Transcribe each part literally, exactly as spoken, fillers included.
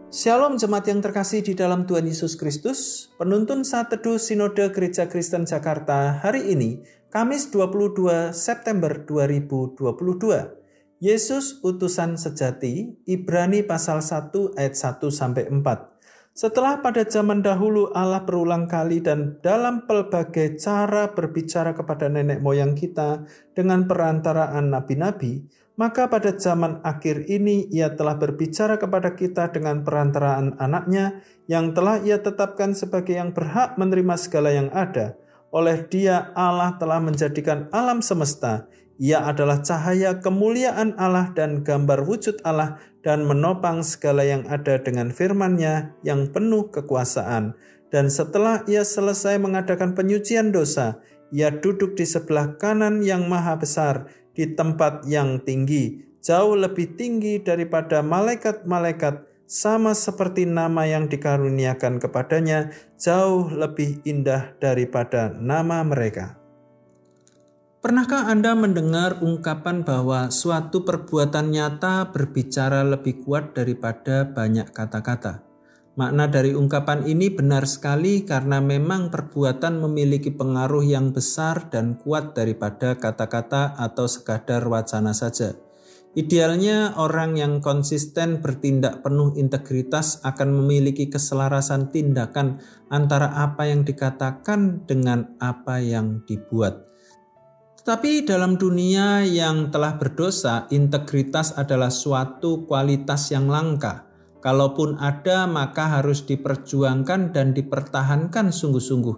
Shalom jemaat yang terkasih di dalam Tuhan Yesus Kristus. Penuntun Saat Teduh Sinode Gereja Kristen Jakarta hari ini, Kamis dua puluh dua September dua ribu dua puluh dua. Yesus utusan sejati, Ibrani pasal satu ayat satu sampai empat. Setelah pada zaman dahulu Allah berulang kali dan dalam pelbagai cara berbicara kepada nenek moyang kita dengan perantaraan nabi-nabi, maka pada zaman akhir ini ia telah berbicara kepada kita dengan perantaraan anaknya yang telah ia tetapkan sebagai yang berhak menerima segala yang ada. Oleh Dia Allah telah menjadikan alam semesta. Ia adalah cahaya kemuliaan Allah dan gambar wujud Allah dan menopang segala yang ada dengan firman-Nya yang penuh kekuasaan. Dan setelah ia selesai mengadakan penyucian dosa, ia duduk di sebelah kanan yang maha besar di tempat yang tinggi, jauh lebih tinggi daripada malaikat-malaikat, sama seperti nama yang dikaruniakan kepadanya, jauh lebih indah daripada nama mereka. Pernahkah Anda mendengar ungkapan bahwa suatu perbuatan nyata berbicara lebih kuat daripada banyak kata-kata? Makna dari ungkapan ini benar sekali karena memang perbuatan memiliki pengaruh yang besar dan kuat daripada kata-kata atau sekadar wacana saja. Idealnya orang yang konsisten bertindak penuh integritas akan memiliki keselarasan tindakan antara apa yang dikatakan dengan apa yang dibuat. Tetapi dalam dunia yang telah berdosa, integritas adalah suatu kualitas yang langka. Kalaupun ada, maka harus diperjuangkan dan dipertahankan sungguh-sungguh.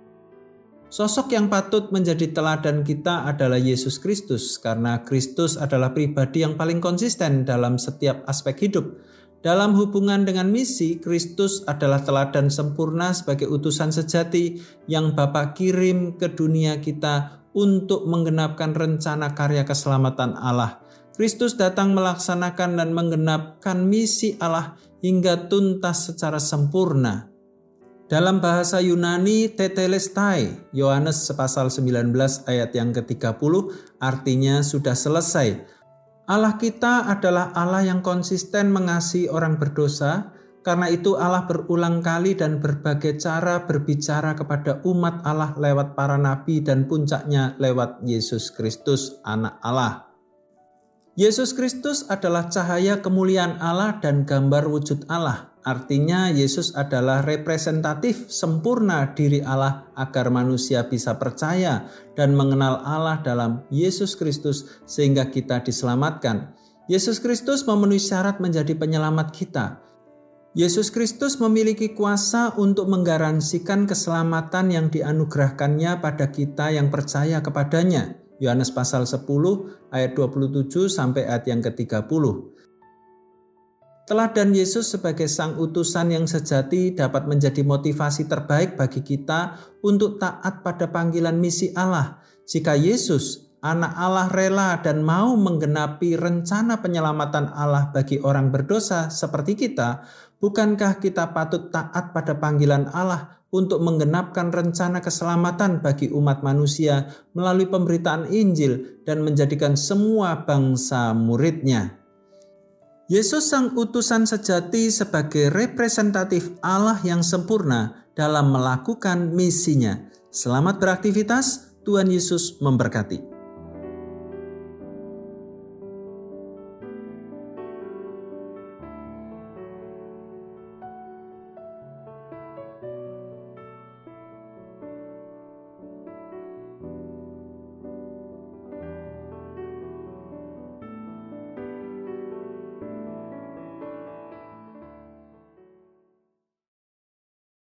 Sosok yang patut menjadi teladan kita adalah Yesus Kristus, karena Kristus adalah pribadi yang paling konsisten dalam setiap aspek hidup. Dalam hubungan dengan misi, Kristus adalah teladan sempurna sebagai utusan sejati yang Bapa kirim ke dunia kita untuk menggenapkan rencana karya keselamatan Allah. Kristus datang melaksanakan dan menggenapkan misi Allah hingga tuntas secara sempurna. Dalam bahasa Yunani, tetelestai, Yohanes pasal sembilan belas ayat yang ke tiga puluh, artinya sudah selesai. Allah kita adalah Allah yang konsisten mengasihi orang berdosa. Karena itu Allah berulang kali dan berbagai cara berbicara kepada umat Allah lewat para nabi dan puncaknya lewat Yesus Kristus, Anak Allah. Yesus Kristus adalah cahaya kemuliaan Allah dan gambar wujud Allah. Artinya Yesus adalah representatif sempurna diri Allah agar manusia bisa percaya dan mengenal Allah dalam Yesus Kristus sehingga kita diselamatkan. Yesus Kristus memenuhi syarat menjadi penyelamat kita. Yesus Kristus memiliki kuasa untuk menggaransikan keselamatan yang dianugerahkannya pada kita yang percaya kepadanya. Yohanes pasal sepuluh ayat dua puluh tujuh sampai ayat yang ke tiga puluh. Teladan Yesus sebagai sang utusan yang sejati dapat menjadi motivasi terbaik bagi kita untuk taat pada panggilan misi Allah. Jika Yesus, Anak Allah, rela dan mau menggenapi rencana penyelamatan Allah bagi orang berdosa seperti kita, bukankah kita patut taat pada panggilan Allah untuk menggenapkan rencana keselamatan bagi umat manusia melalui pemberitaan Injil dan menjadikan semua bangsa murid-Nya? Yesus sang utusan sejati sebagai representatif Allah yang sempurna dalam melakukan misinya. Selamat beraktivitas, Tuhan Yesus memberkati.